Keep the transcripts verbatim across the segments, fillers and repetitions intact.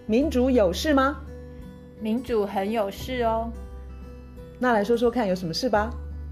民主有事吗？ 民主很有事哦。 那来说说看有什么事吧。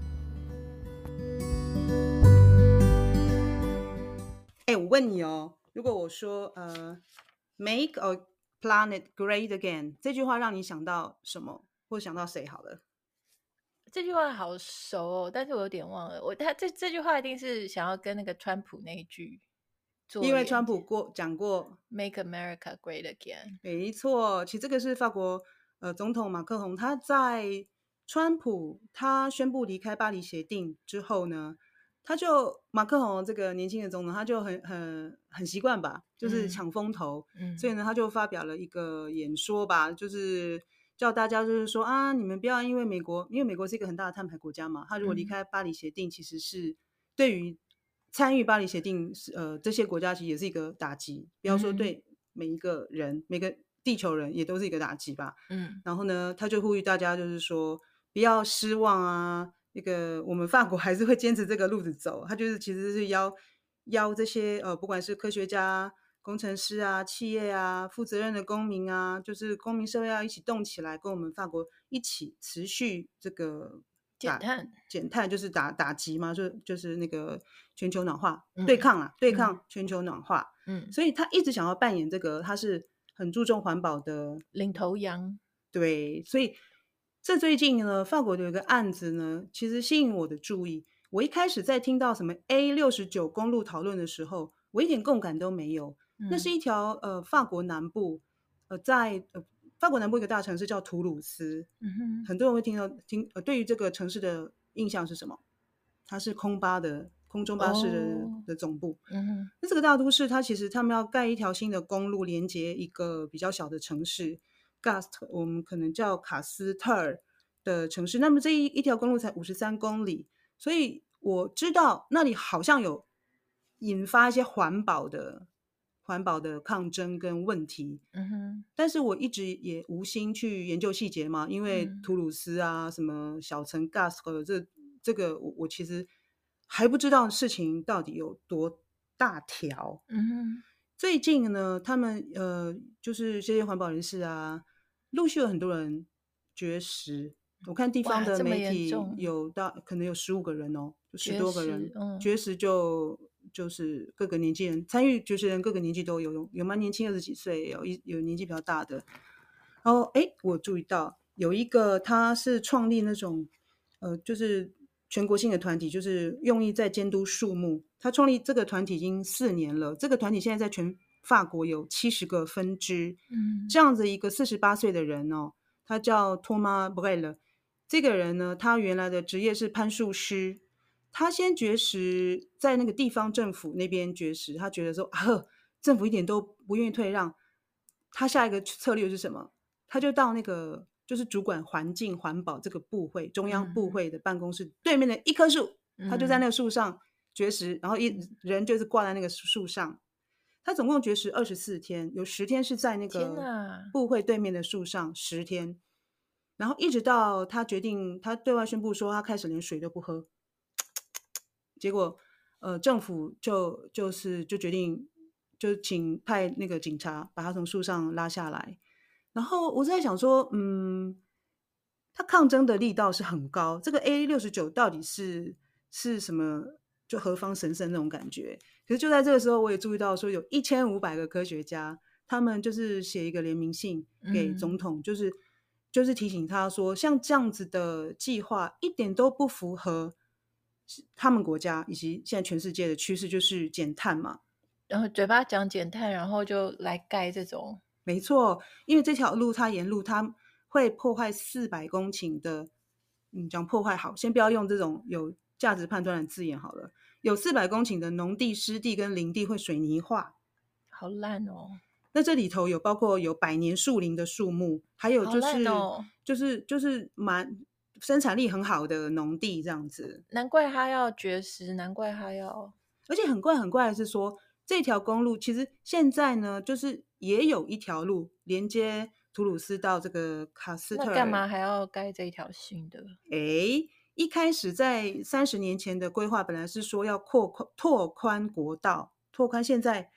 哎，我问你哦，如果我说呃 make a planet great again 这句话让你想到什么，或想到谁好了？ 这句话好熟哦，但是我有点忘了。我他这这句话一定是想要跟那个川普那一句做连结， 因为川普过讲过 Make America Great Again。 没错，其实这个是法国呃总统马克宏，他在川普他宣布离开巴黎协定之后呢，他就马克宏这个年轻的总统，他就很很很习惯吧，就是抢风头， 嗯， 所以呢，他就发表了一个演说吧，就是叫大家就是说啊，你们不要因为美国，因为美国是一个很大的碳排国家嘛，他如果离开巴黎协定，其实是对于参与巴黎协定呃这些国家其实也是一个打击，不要说对每一个人、每个地球人也都是一个打击吧。 嗯， 然后呢，他就呼吁大家就是说不要失望啊，那个我们法国还是会坚持这个路子走。他就是其实是邀邀这些呃不管是科学家、工程师啊、企业啊、负责任的公民啊，就是公民社会要一起动起来，跟我们法国一起持续这个减碳， 减碳就是打打击嘛，就就是那个全球暖化、 嗯、 对抗啊，对抗全球暖化。 嗯， 所以他一直想要扮演这个，他是很注重环保的领头羊。 对，所以这最近呢，法国有一个案子呢，其实吸引我的注意。我一开始在听到什么 A 六十九公路讨论的时候，我一点共感都没有。 嗯、 那是一条呃法国南部，呃在呃法国南部一个大城市叫图鲁斯。 嗯哼， 很多人会听到听呃，对于这个城市的印象是什么？它是空巴的空中巴士的、 哦、 的总部。 嗯哼， 那这个大都市，它其实他们要盖一条新的公路，连接一个比较小的城市 Gast， 我们可能叫卡斯特尔的城市。那么这一一条公路才五十三公里，所以我知道那里好像有引发一些环保的环保的抗争跟问题。 嗯哼， 但是我一直也无心去研究细节嘛，因为图鲁斯啊，什么小城 Gast 这这个我我其实还不知道事情到底有多大条。 嗯哼， 最近呢，他们呃，就是这些环保人士啊，陆续有很多人绝食。我看地方的媒体有到可能有十五个人哦，就十多个人绝食，就就是各个年纪人参与绝食人，各个年纪都有，有蛮年轻二十几岁，有一有年纪比较大的。然后哎，我注意到有一个他是创立那种呃，就是全国性的团体，就是用意在监督树木。他创立这个团体已经四年了，这个团体现在在全法国有七十个分支。 嗯， 这样子一个四十八岁的人哦，他叫托马布雷勒。这个人呢，他原来的职业是攀树师。他先绝食，在那个地方政府那边绝食，他觉得说啊，政府一点都不愿意退让。他下一个策略是什么？他就到那个就是主管环境环保这个部会中央部会的办公室、嗯、对面的一棵树，他就在那个树上绝食，然后一人就是挂在那个树上。他总共绝食二十四天，有十天是在那个部会对面的树上，十天，然后一直到他决定，他对外宣布说他开始连水都不喝。结果呃政府就就是就决定就请派那个警察把他从树上拉下来。然后我在想说，嗯，他抗争的力道是很高。这个 A 六十九到底是是什么？就何方神圣那种感觉。可是就在这个时候，我也注意到说，有一千五百个科学家，他们就是写一个联名信给总统，嗯、就是就是提醒他说，像这样子的计划一点都不符合他们国家以及现在全世界的趋势，就是减碳嘛。 然后嘴巴讲减碳，然后就来盖这种。 没错，因为这条路它沿路它会破坏四百公顷的，嗯，讲破坏好，先不要用这种有价值判断的字眼好了。有四百公顷的农地、湿地跟林地会水泥化， 好烂哦。 那这里头有包括有百年树林的树木，还有就是、 哦、 就是就是蛮生产力很好的农地这样子。 难怪他要绝食，难怪他要， 而且很怪很怪的是说，这条公路其实现在呢，就是也有一条路连接图鲁斯到这个卡斯特尔。 那干嘛还要盖这一条新的？ 诶，一开始在三十年前的规划本来是说要扩拓宽国道，拓宽，现在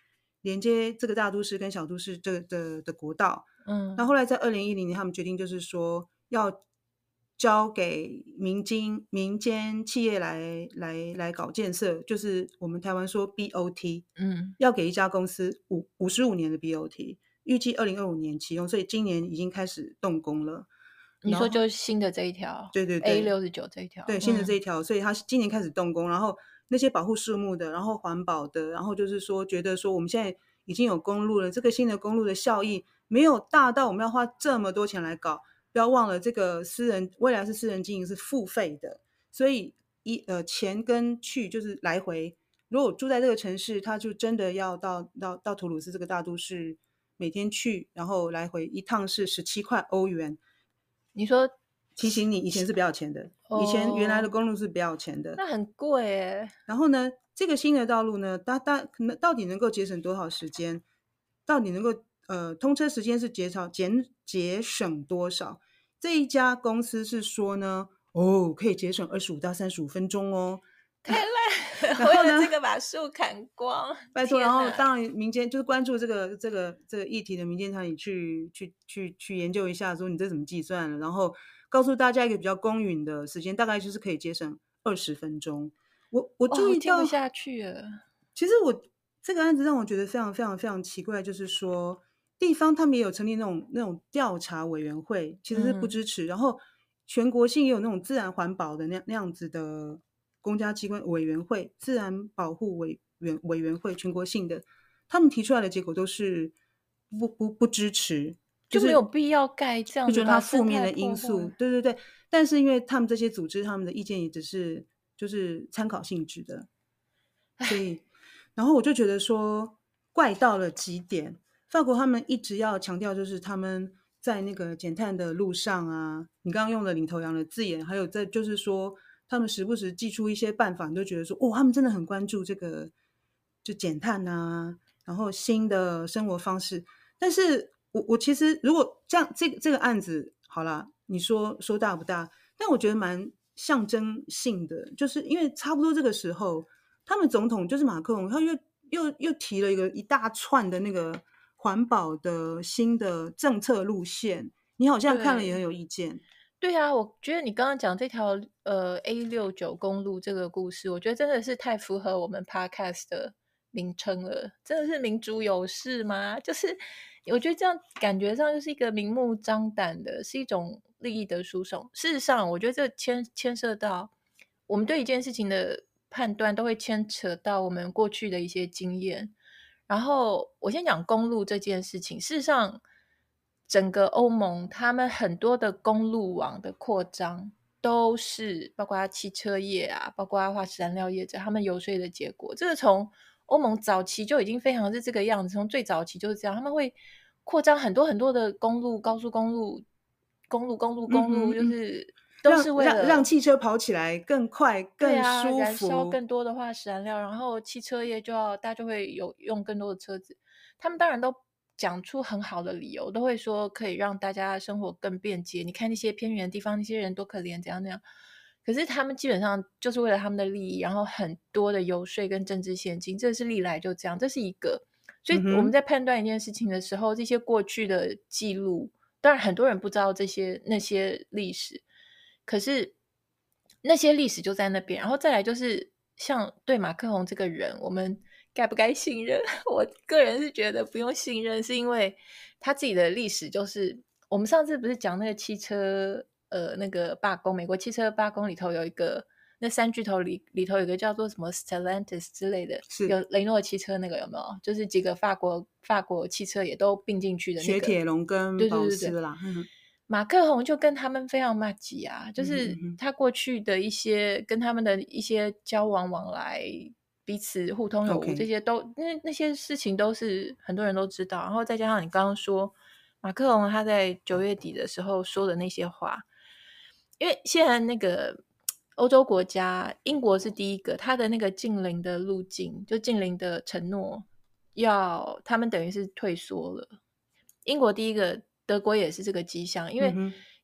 连接这个大都市跟小都市这个的的国道。那嗯， 后来在二零一零年，他们决定就是说要交给民间民间企业来来来搞建设，就是我们台湾说 B O T， 嗯， 要给一家公司五五十五年的 B O T，预计二零二五年启用，所以今年已经开始动工了。 你说然后就是新的这一条对对 A 对六十九这一条， 对，新的这嗯， 一条，所以它今年开始动工，然后那些保护树木的，然后环保的，然后就是说觉得说我们现在已经有公路了，这个新的公路的效益没有大到我们要花这么多钱来搞，不要忘了这个私人未来是私人经营是付费的，所以一呃钱跟去就是来回，如果住在这个城市，他就真的要到到到图鲁斯这个大都市，每天去，然后来回一趟是十七块欧元。 你说提醒你，以前是不要钱的，以前原来的哦， 公路是不要钱的。 那很贵诶， 然后呢，这个新的道路呢，它它可能到底能够节省多少时间？到底能够呃通车时间是减少减节省多少？这一家公司是说呢，哦，可以节省二十五到三十五分钟哦。 太烂了， 然后呢， 为了这个把树砍光， 拜托，然天哪！ 后当然民间就是关注这个这个这个议题的民间团体去去去去研究一下，说你这怎么计算了，然后告诉大家一个比较公允的时间，大概就是可以节省二十分钟。我我注哦， 意到， 听不下去了， 其实我这个案子让我觉得非常非常非常奇怪，就是说地方他们也有成立那种那种调查委员会，其实是不嗯， 支持，然后全国性也有那种自然环保的那那样子的公家机关委员会，自然保护委员委员会全国性的，他们提出来的结果都是不不不支持，就就没有是必要盖这样子就觉得它把生态负面的因破素， 坏。 对对对。但是因为他们这些组织，他们的意见也只是就是参考性质的，所以，然后我就觉得说怪到了极点。法国他们一直要强调，就是他们在那个减碳的路上啊，你刚刚用的领头羊的字眼，还有在就是说，他们时不时寄出一些办法，你就觉得说，哦，他们真的很关注这个就减碳啊，然后新的生活方式。但是我我其实如果这样，这个这个案子好啦，你说说大不大？但我觉得蛮象征性的，就是因为差不多这个时候。他们总统就是马克龙，他又又又提了一个一大串的那个环保的新的政策路线，你好像看了也很对， 有意见。 对啊，我觉得你刚刚讲这条呃 A 六九公路这个故事，我觉得真的是太符合我们 podcast 的名称了。真的是民主有事吗？就是我觉得这样感觉上就是一个明目张胆的，是一种利益的输送。事实上，我觉得这牵牵涉到我们对一件事情的判断，都会牵扯到我们过去的一些经验。然后我先讲公路这件事情，事实上，整个欧盟他们很多的公路网的扩张，都是包括汽车业啊，包括化石燃料业者他们游说的结果。这个从欧盟早期就已经非常是这个样子，从最早期就是这样，他们会扩张很多很多的公路、高速公路、公路、公路、 嗯公路， 哼嗯， 就是都是让让让为了汽车跑起来更快、更对啊， 舒燃烧服。 更多的化石燃料，然后汽车业就要大家就会有用更多的车子。他们当然都讲出很好的理由，都会说可以让大家生活更便捷。你看那些偏远的地方，那些人多可怜，怎样怎样。可是他们基本上就是为了他们的利益，然后很多的游说跟政治现金，这是历来就这样，这是一个。所以我们嗯哼， 在判断一件事情的时候，这些过去的记录，当然很多人不知道这些那些历史，可是那些历史就在那边。然后再来就是像对马克宏这个人，我们该不该信任？我个人是觉得不用信任，是因为他自己的历史就是我们上次不是讲那个汽车呃那个罢工，美国汽车罢工里头有一个那三巨头里里头有一个叫做什么 Stellantis 之类的，有是雷诺汽车那个有没有？就是几个法国法国汽车也都并进去的那个， 雪铁龙跟对对对对。 保时啦。嗯哼马克宏就跟他们非常 m a 啊，就嗯哼嗯是哼他过去的一些跟他们的一些交往往来，彼此互通有无，这 ，OK， 些都那那些事情都是很多人都知道。然后再加上你刚刚说马克宏他在九月底的时候说的那些话，因为现在那个欧洲国家，英国是第一个，他的那个近邻的路径，就近邻的承诺，要他们等于是退缩了。英国第一个，德国也是这个迹象，因为嗯哼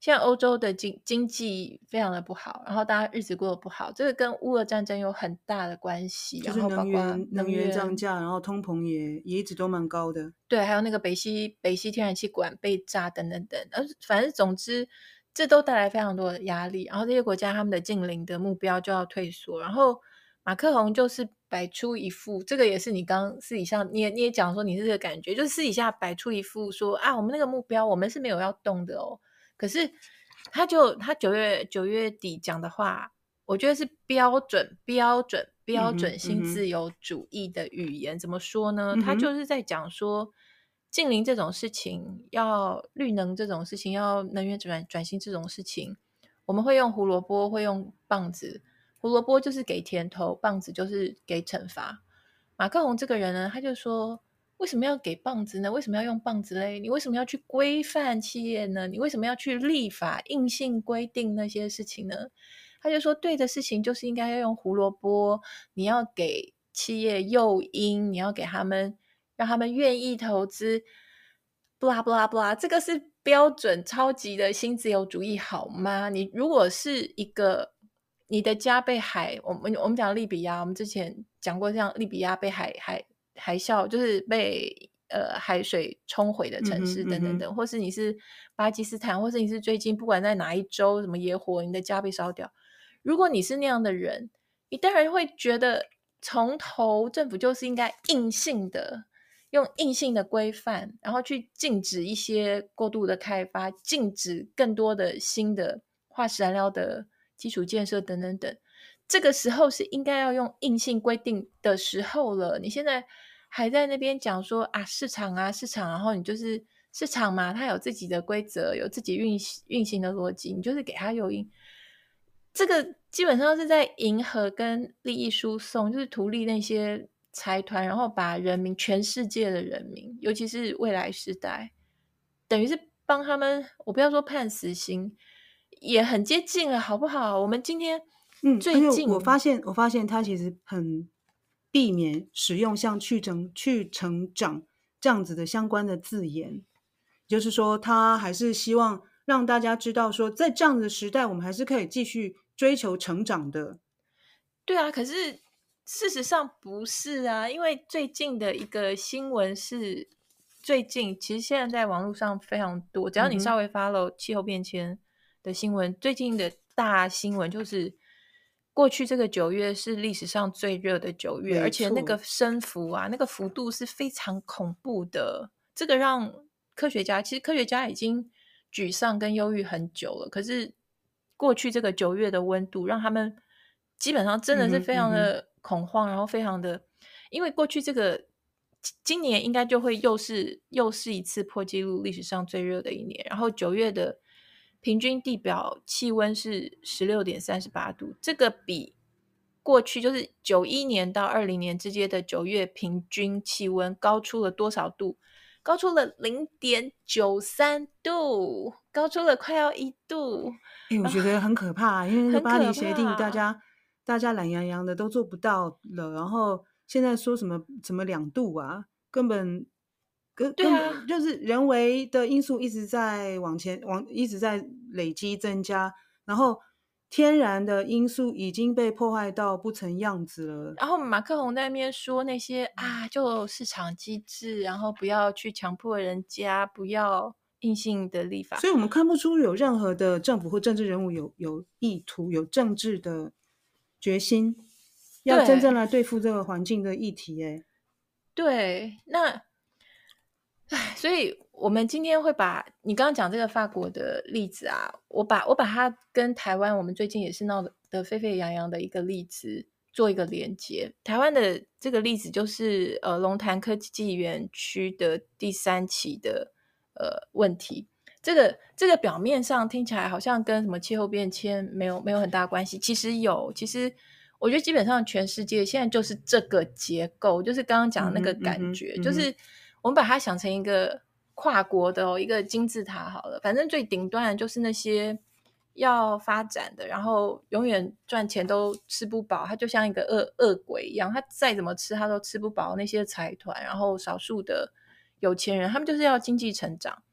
现在欧洲的经经济非常的不好，然后大家日子过得不好，这个跟乌俄战争有很大的关系， 就是能然后包括源能能源涨源， 价，然后通膨也也一直都蛮高的。 对，还有那个北溪北溪天然气管被炸等等等，呃，反正总之这都带来非常多的压力，然后这些国家他们的近邻的目标就要退缩，然后马克宏就是摆出一副，这个也是你刚私底下你也你也讲说你是这个感觉，就是私底下摆出一副说啊，我们那个目标我们是没有要动的哦，可是他就他九月九月底讲的话，我觉得是标准标准标嗯准哼嗯哼新自由主义的语言。怎么说呢？他嗯哼就是在讲说，近邻这种事情，要绿能这种事情，要能源转转型这种事情，我们会用胡萝卜，会用棒子。胡萝卜就是给甜头，棒子就是给惩罚。马克宏这个人呢，他就说，为什么要给棒子呢？为什么要用棒子嘞？你为什么要去规范企业呢？你为什么要去立法硬性规定那些事情呢？他就说，对的事情就是应该要用胡萝卜，你要给企业诱因，你要给他们，让他们愿意投资，不啦不啦不啦，这个是标准超级的新自由主义好吗？你如果是一个你的家被海，我们我们讲利比亚，我们之前讲过，像利比亚被海海海啸，就是被呃海水冲毁的嗯哼城市嗯哼等等等，或是你是巴基斯坦，或是你是最近不管在哪一州什么野火，你的家被烧掉，如果你是那样的人，你当然会觉得从头政府就是应该硬性的。用硬性的规范，然后去禁止一些过度的开发，禁止更多的新的化石燃料的基础建设等等等。这个时候是应该要用硬性规定的时候了。你现在还在那边讲说啊，市场啊，市场，然后你就是市场嘛，它有自己的规则，有自己运行运行的逻辑，你就是给它诱因。这个基本上是在迎合跟利益输送，就是图利那些财团，然后把人民全世界的人民，尤其是未来时代，等于是帮他们，我不要说判死刑，也很接近了，好不好？我们今天嗯，而最且我发近现我发现他其实很避免使用像去成去成长这样子的相关的字眼，就是说他还是希望让大家知道说，在这样的时代，我们还是可以继续追求成长的。 对啊，可是事实上不是啊，因为最近的一个新闻是，最近其实现在在网络上非常多，只要嗯哼， 你稍微 follow 气候变迁的新闻，最近的大新闻就是过去这个九月是历史上最热的九月，而没且那个错。 升幅啊，那个幅度是非常恐怖的。这个让科学家，其实科学家已经沮丧跟忧郁很久了，可是过去这个九月的温度让他们基本上真的是嗯哼， 非常嗯哼， 的恐慌，然后非常的，因为过去这个今年应该就会又是又是一次破纪录历史上最热的一年，然后九月的平均地表气温是十六点三十八度，这个比过去就是九一年到二零年之间的九月平均气温高出了多少度？高出了零点九三度，高出了快要一度， 哎，我然后觉得很可怕，因为那个巴黎很可协定，大怕。 家大家懒洋洋的都做不到了，然后现在说什么什么两度啊，根本根根对啊， 本就是人为的因素一直在往前往一直在累积增加，然后天然的因素已经被破坏到不成样子了。 然后马克宏在那边说那些啊，就市场机制，然后不要去强迫人家，不要硬性的立法。 所以我们看不出有任何的政府或政治人物有有意图、有政治的决心，要真正对来对付这个环境的议题。哎， 对，那唉，所以我们今天会把你刚刚讲这个法国的例子啊，我把我把它跟台湾我们最近也是闹得得沸沸扬扬的一个例子做一个连接。台湾的这个例子就是呃龙潭科技园区的第三期的呃问题。这个这个表面上听起来好像跟什么气候变迁没有没有很大关系，其实有，其实我觉得基本上全世界现在就是这个结构，就是刚刚讲的那个嗯哼，嗯哼， 感觉， 嗯哼， 就是我们把它想成一个跨国的哦，一个金字塔好了，反正最顶端的就是那些要发展的，然后永远赚钱都吃不饱，它就像一个恶恶鬼一样，它再怎么吃它都吃不饱那些财团，然后少数的有钱人，他们就是要经济成长。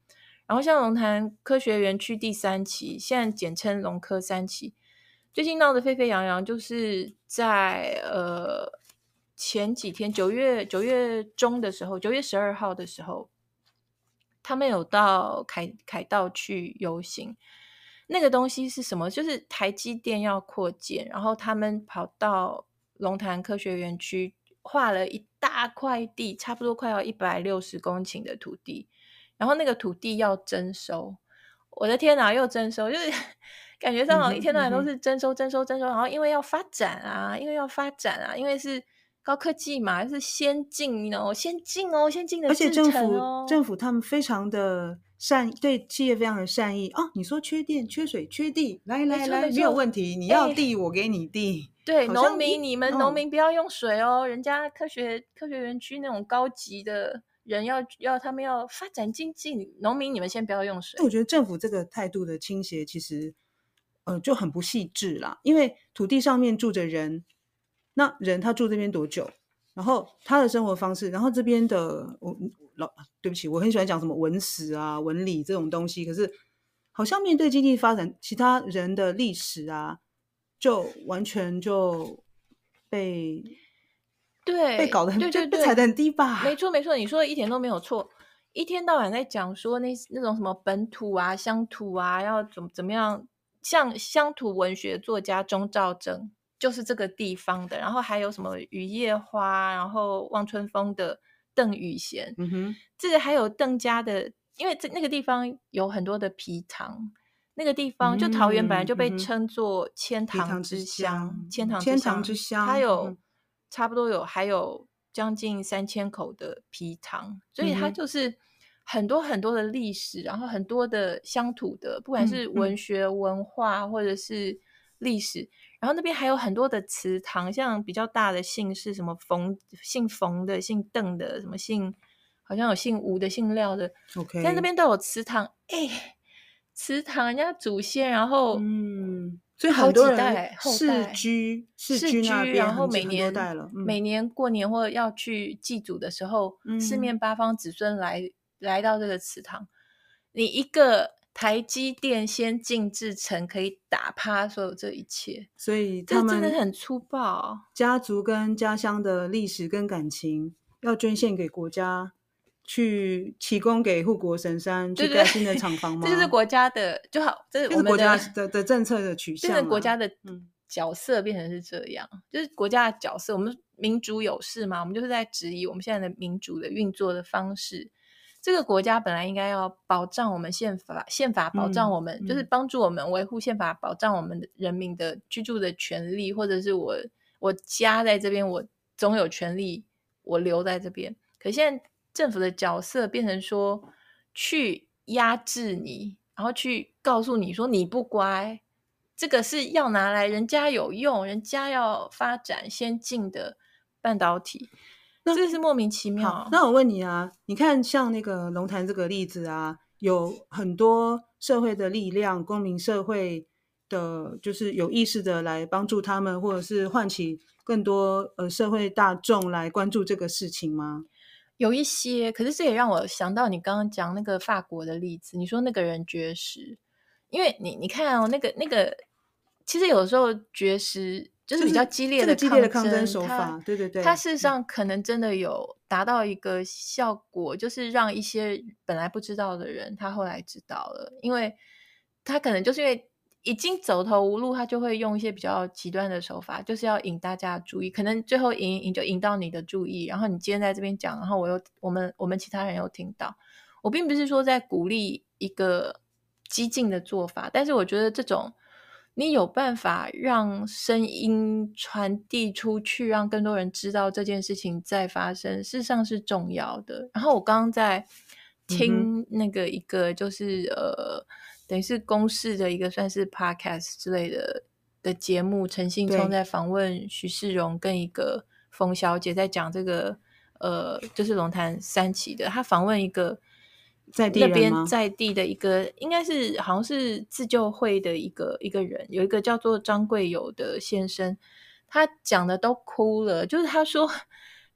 然后像龙潭科学园区第三期，现在简称龙科三期，最近闹得沸沸扬扬，就是在呃前几天九月九月中的时候，九月十二号的时候，他们有到凯凯道去游行。那个东西是什么？就是台积电要扩建，然后他们跑到龙潭科学园区划了一大块地，差不多快要一百六十公顷的土地，然后那个土地要征收。我的天哪，又征收，就是感觉上一天到晚都是征收征收征收，然后因为要发展啊，因为要发展啊，因为是高科技嘛，是先进哦，先进哦，先进的制程哦。 而且政府政府他们非常的善，对企业非常的善意哦。你说缺电、缺水、缺地，来来来，没有问题，你要地、欸、我给你地。 对，农民你们农民不要用水哦，人家科学科学园区那种高级的人要要他们要发展经济，农民你们先不要用水。 我觉得政府这个态度的倾斜其实呃就很不细致啦，因为土地上面住着人，那人他住这边多久，然后他的生活方式，然后这边的我老对不起，我很喜欢讲什么文史啊文理这种东西，可是好像面对经济发展其他人的历史啊就完全就被对被搞得很对对对踩得很低吧。 没错没错，你说的一点都没有错，一天到晚在讲说那那种什么本土啊乡土啊要怎么怎么样，像乡土文学作家钟肇政就是这个地方的，然后还有什么雨夜花，然后望春风的邓雨贤， 嗯哼， 这个还有邓家的，因为这那个地方有很多的皮糖，那个地方、嗯、就桃园本来就被称作千糖之乡，千糖之乡， 千糖之乡， 它有、嗯、差不多有还有将近三千口的皮糖，所以它就是很多很多的历史，然后很多的乡土的，不管是文学、嗯、文化或者是历史，然后那边还有很多的祠堂，像比较大的姓是什么冯，姓冯的、姓邓的，什么姓好像有姓吴的、姓廖的， okay. 在那边都有祠堂。哎，祠堂人家祖先，然后嗯，所以很多人世居世居那边， 然后每年代了、嗯、 每年过年或者要去祭祖的时候、嗯、四面八方子孙来来到这个祠堂，你一个台积电先进制程可以打趴所有这一切， 所以他们真的很粗暴。 家族跟家乡的历史跟感情要捐献给国家，去提供给护国神山，去盖新的厂房吗？ 这就是国家的就好，这是我们的、 国家 的, 的政策的取向， 变成国家的角色变成是这样、嗯、就是国家的角色。我们民主有事嘛，我们就是在质疑我们现在的民主的运作的方式。这个国家本来应该要保障我们宪法，宪法保障我们、嗯、就是帮助我们维护宪法，保障我们人民的居住的权利，或者是我我家在这边，我总有权利我留在这边。可现在政府的角色变成说去压制你，然后去告诉你说你不乖，这个是要拿来人家有用，人家要发展先进的半导体，这个是莫名其妙。 好，那我问你啊，你看像那个龙潭这个例子啊，有很多社会的力量，公民社会的就是有意识的来帮助他们，或者是唤起更多呃社会大众来关注这个事情吗？ 有一些，可是这也让我想到你刚刚讲那个法国的例子，你说那个人绝食，因为你你看哦，那个那个其实有时候绝食就是比较激烈的抗争、 就是这个激烈的抗争手法，对对对， 它事实上可能真的有达到一个效果，就是让一些本来不知道的人他后来知道了，因为他可能就是因为已经走投无路，他就会用一些比较极端的手法，就是要引大家的注意，可能最后引引就引到你的注意，然后你今天在这边讲，然后我又我们我们其他人又听到。我并不是说在鼓励一个激进的做法，但是我觉得这种你有办法让声音传递出去，让更多人知道这件事情在发生，事实上是重要的。然后我刚刚在听那个一个就是、嗯、呃等于是公视的一个算是 podcast 之类的的节目，陈信聪在访问徐世荣跟一个冯小姐在讲这个呃就是龙潭三期的，他访问一个在地人吗？ 那边在地的一个应该是好像是自救会的一个一个人，有一个叫做张贵友的先生，他讲的都哭了，就是他说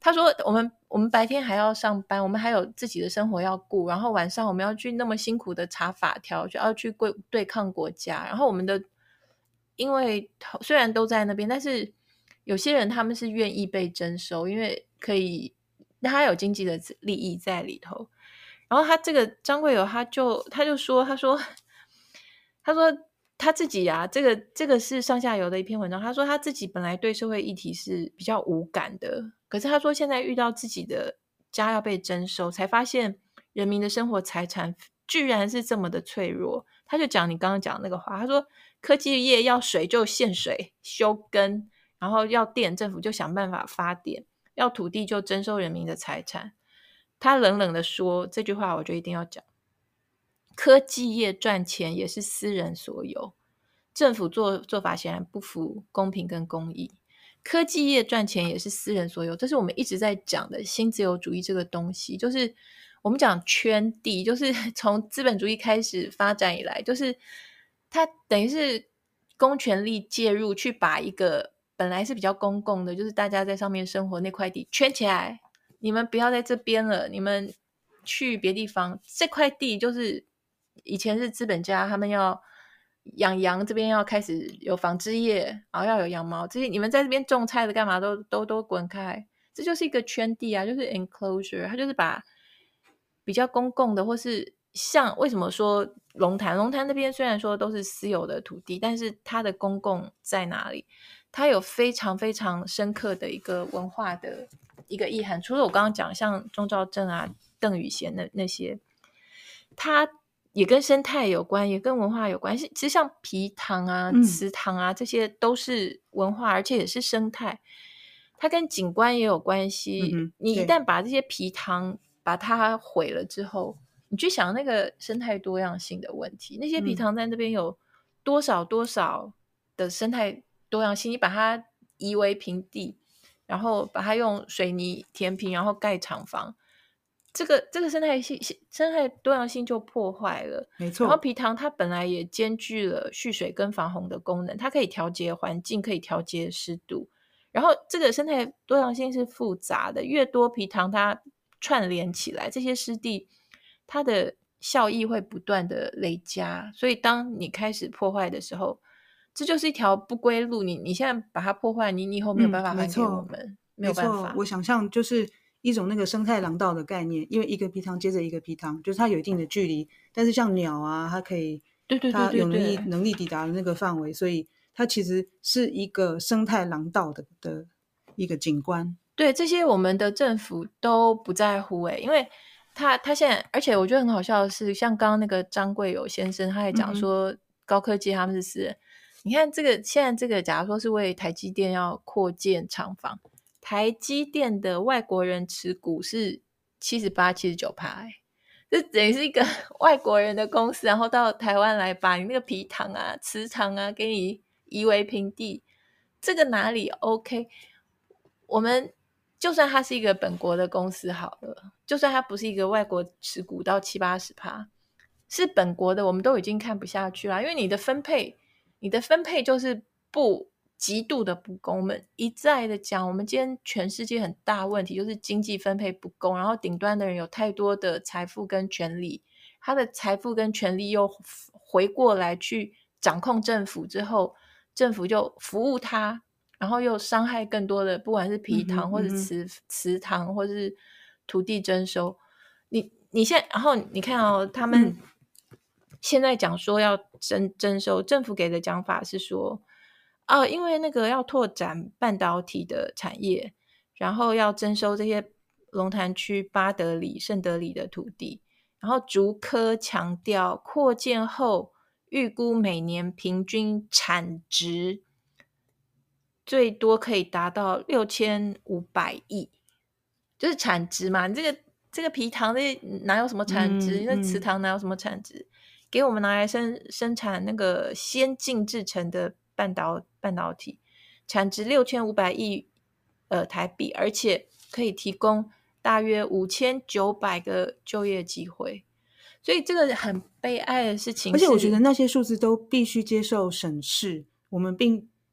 他说我们我们白天还要上班，我们还有自己的生活要顾，然后晚上我们要去那么辛苦的查法条，就要去对对抗国家，然后我们的因为虽然都在那边，但是有些人他们是愿意被征收，因为可以他有经济的利益在里头。然后他这个张贵友他就他就说他说他说他自己啊，这个这个是上下游的一篇文章，他说他自己本来对社会议题是比较无感的，可是他说现在遇到自己的家要被征收，才发现人民的生活财产居然是这么的脆弱。他就讲你刚刚讲那个话，他说科技业要水就限水休耕，然后要电政府就想办法发电，要土地就征收人民的财产。他冷冷的说这句话我就一定要讲，科技业赚钱也是私人所有，政府做做法显然不符公平跟公义。科技业赚钱也是私人所有，这是我们一直在讲的新自由主义这个东西，就是我们讲圈地，就是从资本主义开始发展以来，就是它等于是公权力介入去把一个本来是比较公共的，就是大家在上面生活那块地圈起来，你们不要在这边了，你们去别地方。这块地就是以前是资本家他们要养羊，这边要开始有纺织业，然后要有羊毛，这些你们在这边种菜的干嘛都都都滚开。这就是一个圈地啊，就是 enclosure， 它就是把比较公共的，或是像为什么说龙潭龙潭那边虽然说都是私有的土地，但是它的公共在哪里？它有非常非常深刻的一个文化的一个意涵。除了我刚刚讲像钟肇政啊、邓宇贤那那些，它也跟生态有关，也跟文化有关。其实像皮塘啊、祠堂啊，这些都是文化，而且也是生态。它跟景观也有关系。 嗯、 你一旦把这些皮塘把它毁了之后，你去想那个生态多样性的问题，那些皮塘在那边有多少多少的生态多样性，你把它夷为平地，然后把它用水泥填平，然后盖厂房，这个这个生态性生态多样性就破坏了。 没错。 然后皮塘它本来也兼具了蓄水跟防洪的功能，它可以调节环境，可以调节湿度。然后这个生态多样性是复杂的，越多皮塘它串联起来，这些湿地它的效益会不断的累加，所以当你开始破坏的时候，这就是一条不归路。你你现在把它破坏，你以后没有办法还给我们、嗯、没有办法。 我想象就是一种那个生态廊道的概念，因为一个皮塘接着一个皮塘，就是它有一定的距离，但是像鸟啊，它可以对对对对对， 它有能力能力抵达的那个范围，所以它其实是一个生态廊道 的, 的一个景观。 对，这些我们的政府都不在乎诶、欸，因为他他现在，而且我觉得很好笑的是，像刚刚那个张贵友先生，他还讲说高科技他们是私人。嗯、你看这个现在这个，假如说是为台积电要扩建厂房，台积电的外国人持股是七十八、七十九趴，这等于是一个外国人的公司，然后到台湾来把你那个皮塘啊、池塘啊给你夷为平地，这个哪里 OK？ 我们就算它是一个本国的公司好了，就算它不是一个外国持股到七八十趴，是本国的，我们都已经看不下去了，因为你的分配，你的分配就是不极度的不公。我们一再的讲，我们今天全世界很大问题就是经济分配不公，然后顶端的人有太多的财富跟权力，他的财富跟权力又回过来去掌控政府之后，政府就服务他，然后又伤害更多的，不管是皮塘或者祠祠堂或者是土地征收。你你现在，然后你看哦，他们现在讲说要征征收，政府给的讲法是说，哦，因为那个要拓展半导体的产业，然后要征收这些龙潭区八德里、圣德里的土地，然后竹科强调扩建后预估每年平均产值最多可以达到六千五百亿，就是产值嘛。你这个这个皮塘这哪有什么产值？ 嗯、 那祠堂哪有什么产值？给我们拿来生生产那个先进制成的半导半导体，产值六千五百亿呃台币，而且可以提供大约五千九百个就业机会。所以这个很悲哀的事情是， 而且我觉得那些数字都必须接受审视。我们并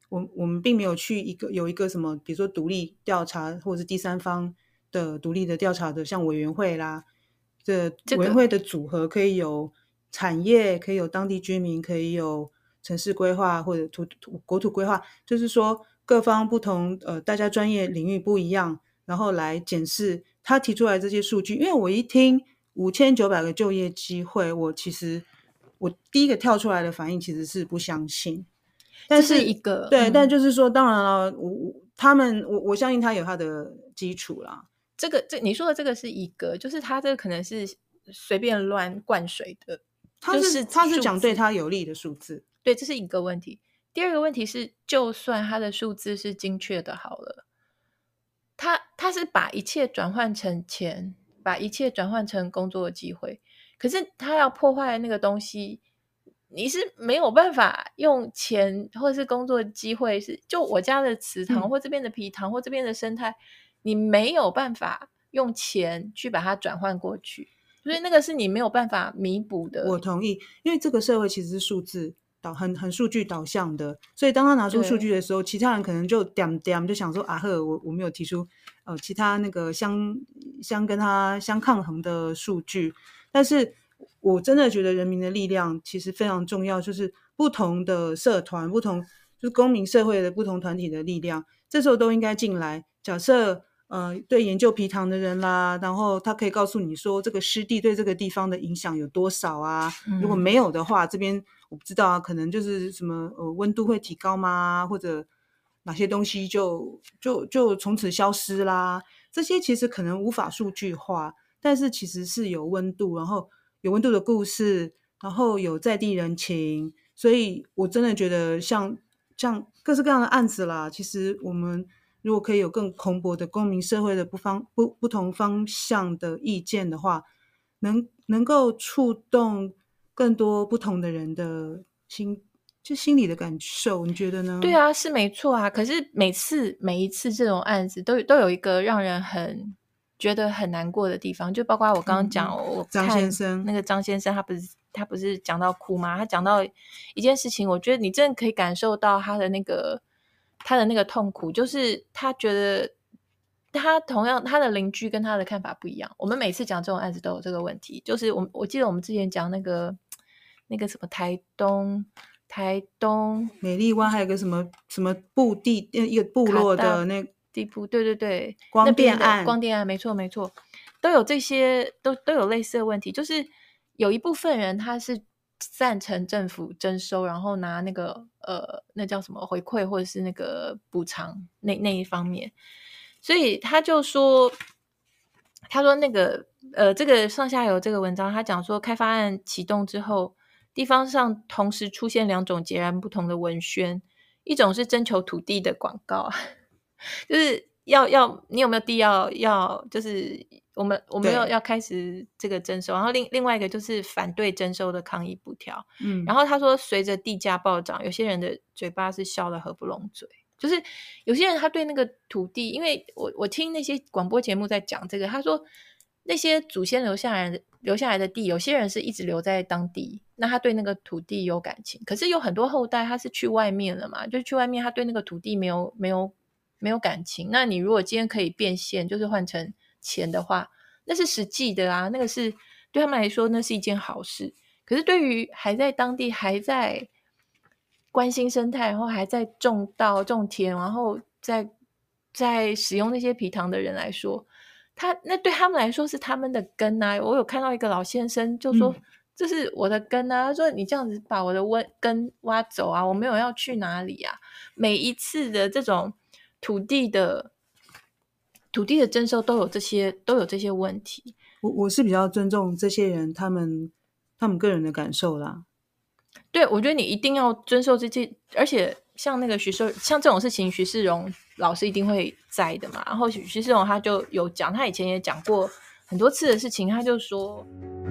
我我们并没有去一个有一个什么，比如说独立调查或者是第三方的独立的调查的，像委员会啦，这委员会的组合可以有产业，可以有当地居民，可以有城市规划或者土土国土规划，就是说各方不同，呃，大家专业领域不一样，然后来检视他提出来这些数据。因为我一听五千九百个就业机会，我其实我第一个跳出来的反应其实是不相信。但是一个对、 嗯、 但就是说，当然了，我他们我我相信他有他的基础啦。 这个这你说的这个是一个，就是他这个可能是随便乱灌水的， 他是、 就是、 他是讲对他有利的数字。 对，这是一个问题。第二个问题是，就算他的数字是精确的好了，他他是把一切转换成钱，把一切转换成工作的机会，可是他要破坏那个东西，你是没有办法用钱或者是工作机会，是就我家的祠堂、嗯、或这边的皮堂或这边的生态，你没有办法用钱去把它转换过去，所以那个是你没有办法弥补的。 我同意，因为这个社会其实是数字导很很数据导向的，所以当他拿出数据的时候，其他人可能就点点就想说啊呵，我我没有提出呃其他那个相相跟他相抗衡的数据，但是我真的觉得人民的力量其实非常重要，就是不同的社团、不同就是公民社会的不同团体的力量，这时候都应该进来。假设呃，对研究皮塘的人啦，然后他可以告诉你说这个湿地对这个地方的影响有多少啊、嗯、如果没有的话，这边我不知道啊，可能就是什么呃温度会提高吗，或者哪些东西就就就从此消失啦，这些其实可能无法数据化，但是其实是有温度，然后有温度的故事，然后有在地人情，所以我真的觉得像像各式各样的案子啦，其实我们如果可以有更蓬勃的公民社会的不方不不同方向的意见的话，能能够触动更多不同的人的心，就心理的感受，你觉得呢？ 对啊，是没错啊。可是每次每一次这种案子都都有一个让人很觉得很难过的地方，就包括我刚刚讲、嗯、我张先生那个张先生，他不是他不是讲到哭吗？他讲到一件事情，我觉得你真的可以感受到他的那个他的那个痛苦，就是他觉得他同样他的邻居跟他的看法不一样。我们每次讲这种案子都有这个问题，就是我我记得我们之前讲那个那个什么台东台东美丽湾，还有个什么什么部地一个部落的那地部，对对对， 光电案， 光电案，没错没错，都有这些都都有类似的问题，就是有一部分人他是赞成政府征收，然后拿那个呃那叫什么回馈或者是那个补偿那那一方面，所以他就说他说那个呃这个上下游这个文章他讲说，开发案启动之后，地方上同时出现两种截然不同的文宣，一种是征求土地的广告，就是要要你有没有地要要就是我们我们要要开始这个征收，然后另另外一个就是反对征收的抗议布条。嗯，然后他说随着地价暴涨，有些人的嘴巴是笑得合不拢嘴，就是有些人他对那个土地，因为我我听那些广播节目在讲这个，他说那些祖先留下来留下来的地，有些人是一直留在当地，那他对那个土地有感情，可是有很多后代他是去外面了嘛，就去外面他对那个土地没有没有没有感情，那你如果今天可以变现，就是换成钱的话，那是实际的啊，那个是对他们来说那是一件好事。可是对于还在当地还在关心生态，然后还在种稻种田，然后在在使用那些皮塘的人来说，他那对他们来说是他们的根啊。我有看到一个老先生就说、嗯、这是我的根啊，他说你这样子把我的根挖走啊，我没有要去哪里啊。每一次的这种土地的土地的征收都有这些都有这些问题。 我我是比较尊重这些人他们他们个人的感受啦。 对，我觉得你一定要遵守这些，而且像那个徐世像这种事情徐世荣老师一定会在的嘛。然后徐世荣他就有讲，他以前也讲过很多次的事情，他就说，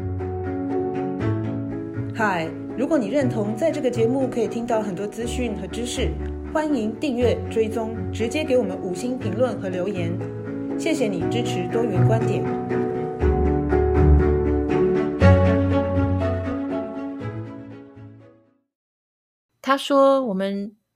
嗨，如果你认同在这个节目可以听到很多资讯和知识，欢迎订阅追踪，直接给我们五星评论和留言，谢谢你支持多元观点。 他说我们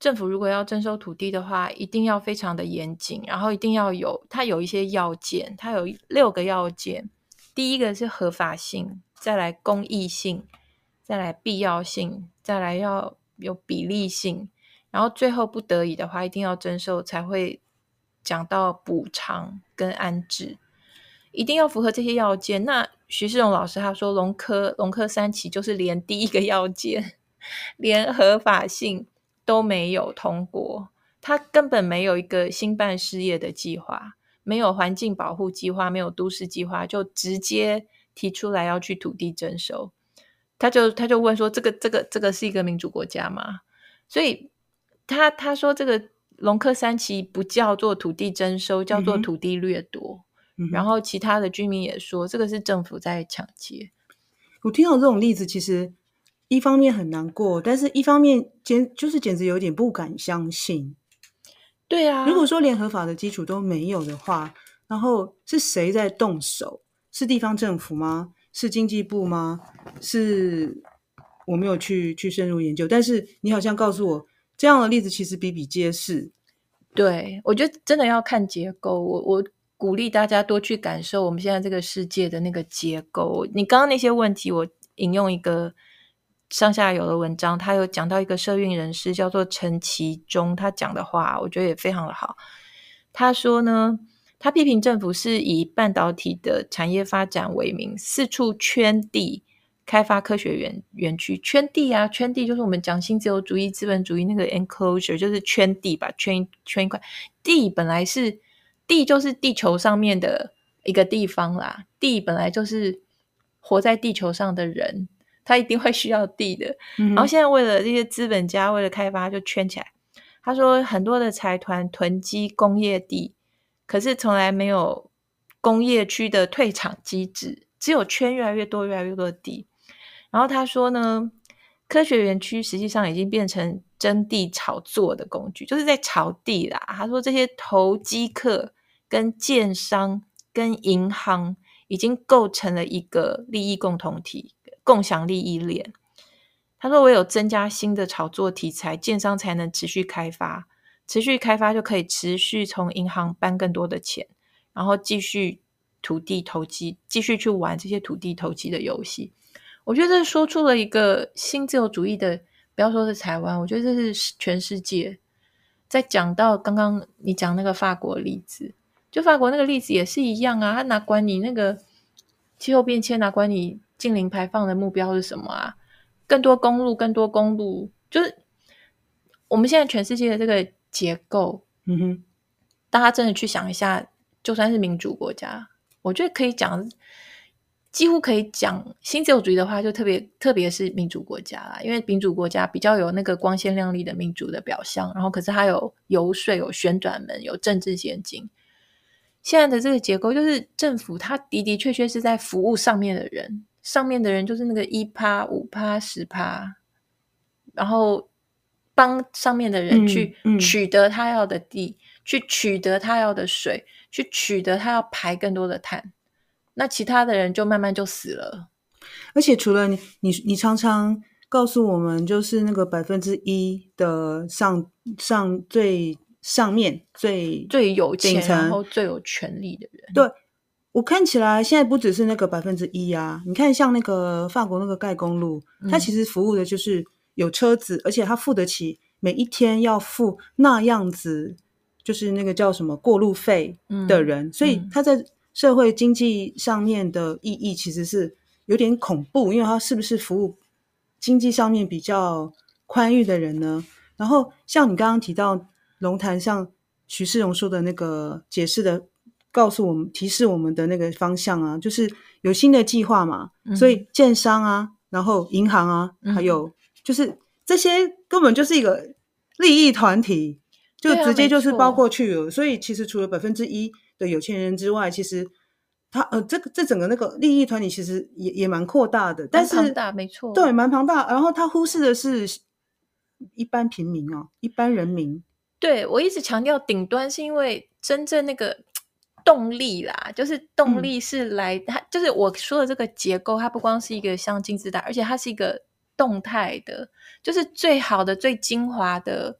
政府如果要征收土地的话，一定要非常的严谨，然后一定要有它有一些要件，它有六个要件。第一个是合法性，再来公益性，再来必要性，再来要有比例性，然后最后不得已的话一定要征收，才会讲到补偿跟安置，一定要符合这些要件。那徐世荣老师他说龙科龙科三期就是连第一个要件连合法性都没有通过，他根本没有一个兴办事业的计划，没有环境保护计划，没有都市计划，就直接提出来要去土地征收。他就他就问说这个这个这个是一个民主国家吗？所以他他说这个龙科三期不叫做土地征收，叫做土地掠夺、嗯、然后其他的居民也说这个是政府在抢劫。 我听到这种例子其实一方面很难过，但是一方面简就是简直有点不敢相信。 对啊， 如果说连合法的基础都没有的话，然后是谁在动手？是地方政府吗？是经济部吗？是我没有去去深入研究，但是你好像告诉我这样的例子其实比比皆是。 对，我觉得真的要看结构，我我鼓励大家多去感受我们现在这个世界的那个结构。你刚刚那些问题我引用一个上下游的文章，他有讲到一个社运人士叫做陈其中，他讲的话我觉得也非常的好。他说呢，他批评政府是以半导体的产业发展为名，四处圈地开发科学园园区。圈地啊，圈地就是我们讲新自由主义资本主义那个 enclosure， 就是圈地吧，圈圈一块地。本来是地就是地球上面的一个地方啦，地本来就是活在地球上的人，他一定会需要地的、嗯、然后现在为了这些资本家为了开发就圈起来。他说很多的财团囤积工业地，可是从来没有工业区的退场机制，只有圈越来越多越来越多的地。然后他说呢，科学园区实际上已经变成征地炒作的工具，就是在炒地啦。他说这些投机客跟建商跟银行已经构成了一个利益共同体，共享利益链。他说唯有增加新的炒作题材，建商才能持续开发，持续开发就可以持续从银行搬更多的钱，然后继续土地投机，继续去玩这些土地投机的游戏。我觉得这说出了一个新自由主义的，不要说是台湾，我觉得这是全世界。在讲到刚刚你讲那个法国例子，就法国那个例子也是一样啊，他哪管你那个气候变迁，哪管你净零排放的目标是什么啊，更多公路更多公路，就是我们现在全世界的这个结构， 嗯哼， 大家真的去想一下，就算是民主国家，我觉得可以讲几乎可以讲新自由主义的话，就特别特别是民主国家啦，因为民主国家比较有那个光鲜亮丽的民主的表象，然后可是它有游说，有旋转门，有政治现金。现在的这个结构就是政府它的的确确是在服务上面的人，上面的人就是那个 百分之一、百分之五、百分之十， 然后帮上面的人去取得他要的地、嗯嗯、去取得他要的水，去取得他要排更多的碳，那其他的人就慢慢就死了。 而且除了你你你常常告诉我们，就是那个百分之一的上上最上面最最有钱然后最有权力的人， 对，我看起来现在不只是那个百分之一啊，你看像那个法国那个盖公路、嗯、它其实服务的就是有车子，而且它付得起每一天要付那样子就是那个叫什么过路费的人、嗯、所以它在社会经济上面的意义其实是有点恐怖，因为它是不是服务经济上面比较宽裕的人呢？然后像你刚刚提到龙潭，像徐世荣说的那个解释的告诉我们提示我们的那个方向啊，就是有新的计划嘛、嗯、所以建商啊，然后银行啊、嗯、还有就是这些根本就是一个利益团体，就直接就是包过去了、啊、所以其实除了百分之一的有钱人之外，其实他呃这个这整个那个利益团体其实也也蛮扩大的，但是蛮庞大，没错， 对，蛮庞大，然后他忽视的是一般平民啊，一般人民。 对，我一直强调顶端是因为真正那个动力啦，就是动力是来、嗯、它就是我说的这个结构，它不光是一个像金字塔，而且它是一个动态的，就是最好的最精华的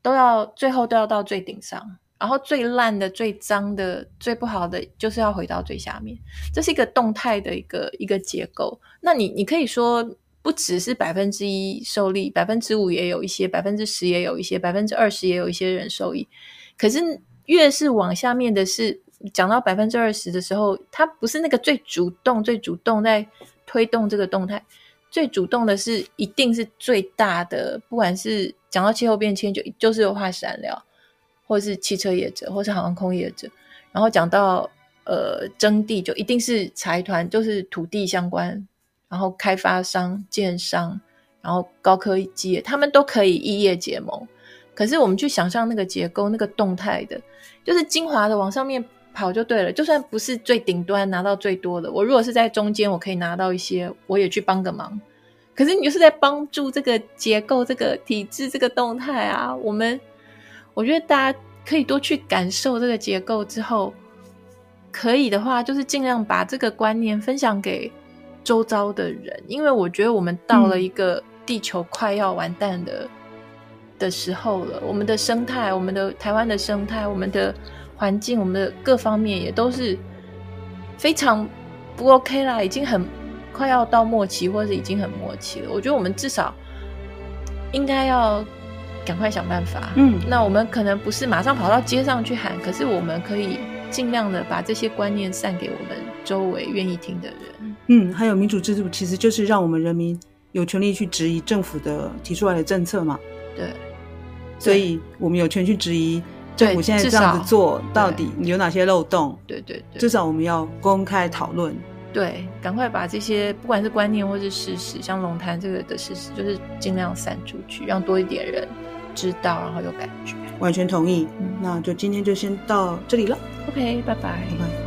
都要最后都要到最顶上，然后最烂的、最脏的、最不好的就是要回到最下面。这是一个动态的一个一个结构。那你你可以说不只是百分之一受力，百分之五也有一些，百分之十也有一些，百分之二十也有一些人受益。可是越是往下面的是讲到百分之二十的时候，它不是那个最主动、最主动在推动这个动态。最主动的是一定是最大的，不管是讲到气候变迁就就是有化石燃料，或是汽车业者，或是航空业者，然后讲到呃征地就一定是财团，就是土地相关，然后开发商、建商，然后高科技业，他们都可以异业结盟。可是我们去想象那个结构，那个动态的，就是精华的往上面跑就对了，就算不是最顶端拿到最多的，我如果是在中间我可以拿到一些，我也去帮个忙。可是你就是在帮助这个结构、这个体制、这个动态啊。我们我觉得大家可以多去感受这个结构之后，可以的话就是尽量把这个观念分享给周遭的人，因为我觉得我们到了一个地球快要完蛋的、嗯、的时候了。我们的生态，我们的台湾的生态，我们的环境，我们的各方面也都是非常不 OK 啦，已经很快要到末期，或是已经很末期了。我觉得我们至少应该要赶快想办法。嗯，那我们可能不是马上跑到街上去喊，可是我们可以尽量的把这些观念散给我们周围愿意听的人。 嗯，还有民主制度其实就是让我们人民有权利去质疑政府的提出来的政策嘛。 对， 所以我们有权去质疑政府现在这样子做到底有哪些漏洞。 对对对， 至少我们要公开讨论。 对，赶快把这些不管是观念或是事实，像龙潭这个的事实，就是尽量散出去，让多一点人知道，然后有感觉。 完全同意。嗯，那就今天就先到这里了。 OK， 拜拜。 拜拜。